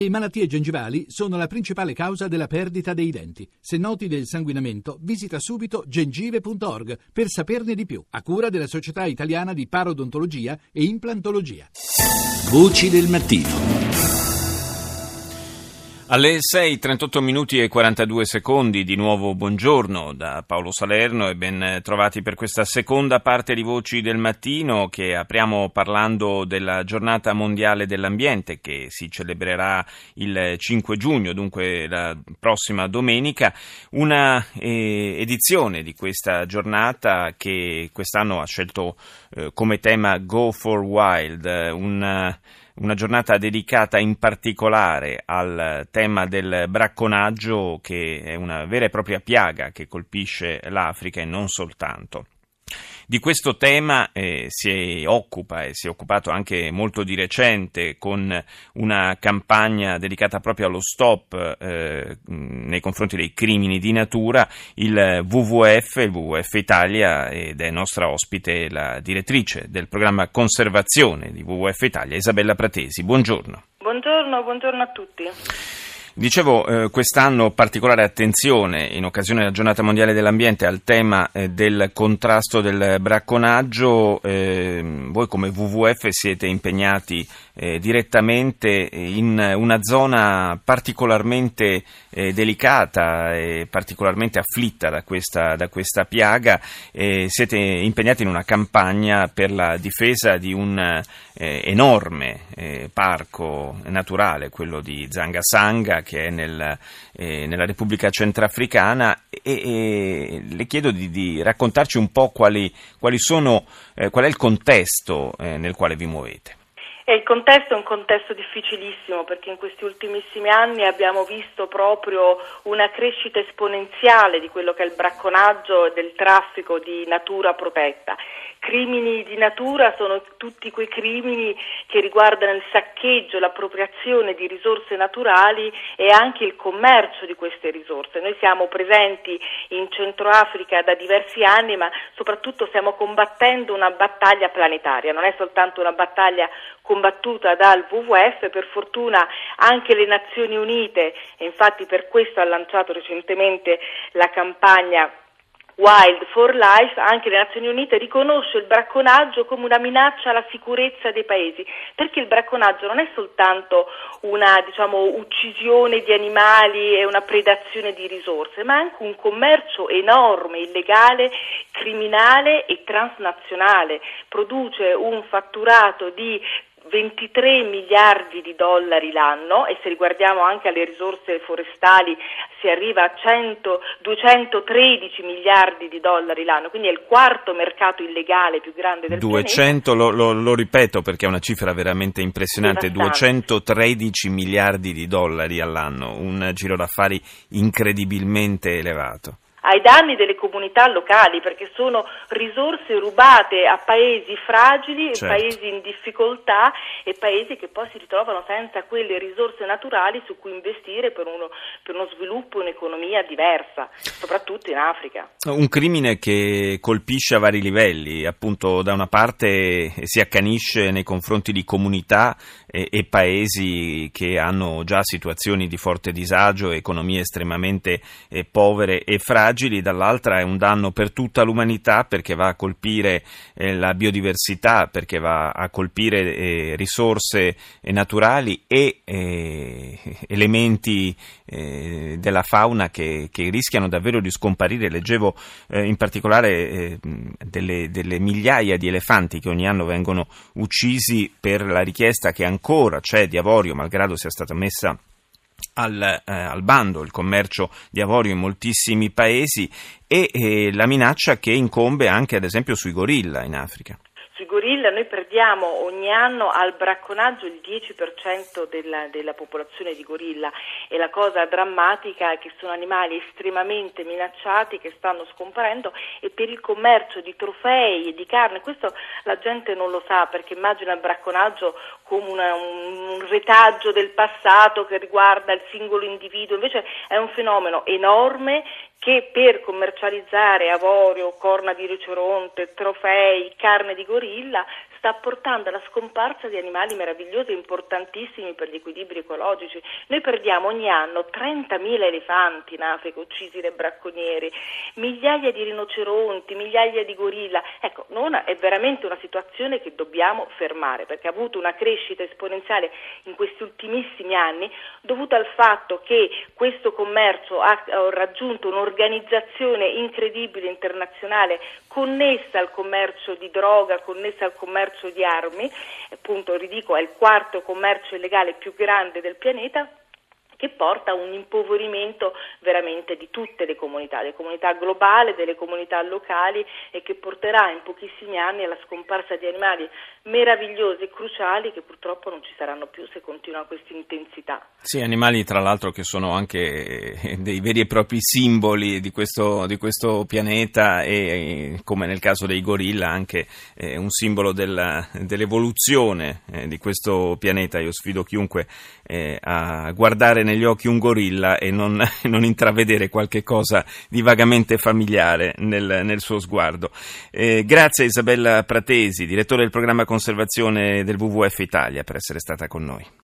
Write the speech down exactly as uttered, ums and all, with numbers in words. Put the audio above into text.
Le malattie gengivali sono la principale causa della perdita dei denti. Se noti del sanguinamento, visita subito gengive punto org per saperne di più, a cura della Società Italiana di Parodontologia e Implantologia. Voci del mattino. Alle sei e trentotto minuti e quarantadue secondi, di nuovo buongiorno da Paolo Salerno e ben trovati per questa seconda parte di Voci del Mattino, che apriamo parlando della Giornata Mondiale dell'Ambiente che si celebrerà il cinque giugno, dunque la prossima domenica. Una eh, edizione di questa giornata che quest'anno ha scelto eh, come tema Go for Wild, una Una giornata dedicata in particolare al tema del bracconaggio, che è una vera e propria piaga che colpisce l'Africa e non soltanto. Di questo tema eh, si occupa e si è occupato anche molto di recente con una campagna dedicata proprio allo stop eh, nei confronti dei crimini di natura, il W W F, il W W F Italia, ed è nostra ospite la direttrice del programma Conservazione di W W F Italia, Isabella Pratesi. Buongiorno. Buongiorno, buongiorno a tutti. Dicevo, eh, quest'anno particolare attenzione, in occasione della Giornata Mondiale dell'Ambiente, al tema eh, del contrasto del bracconaggio. Eh, voi come W W F siete impegnati eh, direttamente in una zona particolarmente eh, delicata e particolarmente afflitta da questa, da questa piaga. Eh, siete impegnati in una campagna per la difesa di un eh, enorme eh, parco naturale, quello di Zangasanga, che è nel, eh, nella Repubblica Centrafricana, e, e le chiedo di, di raccontarci un po' quali, quali sono, eh, qual è il contesto eh, nel quale vi muovete. E il contesto è un contesto difficilissimo, perché in questi ultimissimi anni abbiamo visto proprio una crescita esponenziale di quello che è il bracconaggio e del traffico di natura protetta. Crimini di natura sono tutti quei crimini che riguardano il saccheggio, l'appropriazione di risorse naturali e anche il commercio di queste risorse. Noi siamo presenti in Centro Africa da diversi anni, ma soprattutto stiamo combattendo una battaglia planetaria, non è soltanto una battaglia combattuta dal W W F, per fortuna anche le Nazioni Unite, e infatti per questo ha lanciato recentemente la campagna Wild for Life. Anche le Nazioni Unite riconosce il bracconaggio come una minaccia alla sicurezza dei paesi, perché il bracconaggio non è soltanto una, diciamo, uccisione di animali e una predazione di risorse, ma anche un commercio enorme, illegale, criminale e transnazionale. Produce un fatturato di ventitré miliardi di dollari l'anno, e se riguardiamo anche alle risorse forestali si arriva a cento, duecentotredici miliardi di dollari l'anno, quindi è il quarto mercato illegale più grande del duecento, pianeta. Lo, lo, lo ripeto perché è una cifra veramente impressionante, duecentotredici miliardi di dollari all'anno, un giro d'affari incredibilmente elevato. Ai danni delle comunità locali, perché sono risorse rubate a paesi fragili, certo, paesi in difficoltà e paesi che poi si ritrovano senza quelle risorse naturali su cui investire per uno, per uno sviluppo e un'economia diversa, soprattutto in Africa. Un crimine che colpisce a vari livelli, appunto da una parte si accanisce nei confronti di comunità e, e paesi che hanno già situazioni di forte disagio, economie estremamente eh, povere e fragili. Dall'altra è un danno per tutta l'umanità, perché va a colpire eh, la biodiversità, perché va a colpire eh, risorse eh, naturali e eh, elementi eh, della fauna che, che rischiano davvero di scomparire. Leggevo eh, in particolare eh, delle, delle migliaia di elefanti che ogni anno vengono uccisi per la richiesta che ancora c'è di avorio, malgrado sia stata messa Al, eh, al bando il commercio di avorio in moltissimi paesi, e eh, la minaccia che incombe anche ad esempio sui gorilla in Africa. Sui gorilla noi perdiamo ogni anno al bracconaggio il dieci per cento della, della popolazione di gorilla, e la cosa drammatica è che sono animali estremamente minacciati che stanno scomparendo, e per il commercio di trofei e di carne, questo la gente non lo sa, perché immagina il bracconaggio come una, un, un retaggio del passato che riguarda il singolo individuo, invece è un fenomeno enorme che per commercializzare avorio, corna di rinoceronte, trofei, carne di gorilla sta portando alla scomparsa di animali meravigliosi e importantissimi per gli equilibri ecologici. Noi perdiamo ogni anno trentamila elefanti in Africa uccisi dai bracconieri, migliaia di rinoceronti, migliaia di gorilla. Ecco, non è veramente una situazione che dobbiamo fermare, perché ha avuto una crescita esponenziale in questi ultimissimi anni dovuta al fatto che questo commercio ha raggiunto un'organizzazione incredibile internazionale connessa al commercio di droga, connessa al commercio di armi, appunto ridico è il quarto commercio illegale più grande del pianeta, che porta a un impoverimento veramente di tutte le comunità, delle comunità globali, delle comunità locali, e che porterà in pochissimi anni alla scomparsa di animali meravigliosi e cruciali che purtroppo non ci saranno più se continua questa intensità. Sì, animali tra l'altro che sono anche dei veri e propri simboli di questo, di questo pianeta e, come nel caso dei gorilla, anche eh, un simbolo della, dell'evoluzione eh, di questo pianeta. Io sfido chiunque eh, a guardare negli occhi un gorilla e non, non intravedere qualche cosa di vagamente familiare nel, nel suo sguardo. Eh, grazie a Isabella Pratesi, direttore del programma conservazione del W W F Italia, per essere stata con noi.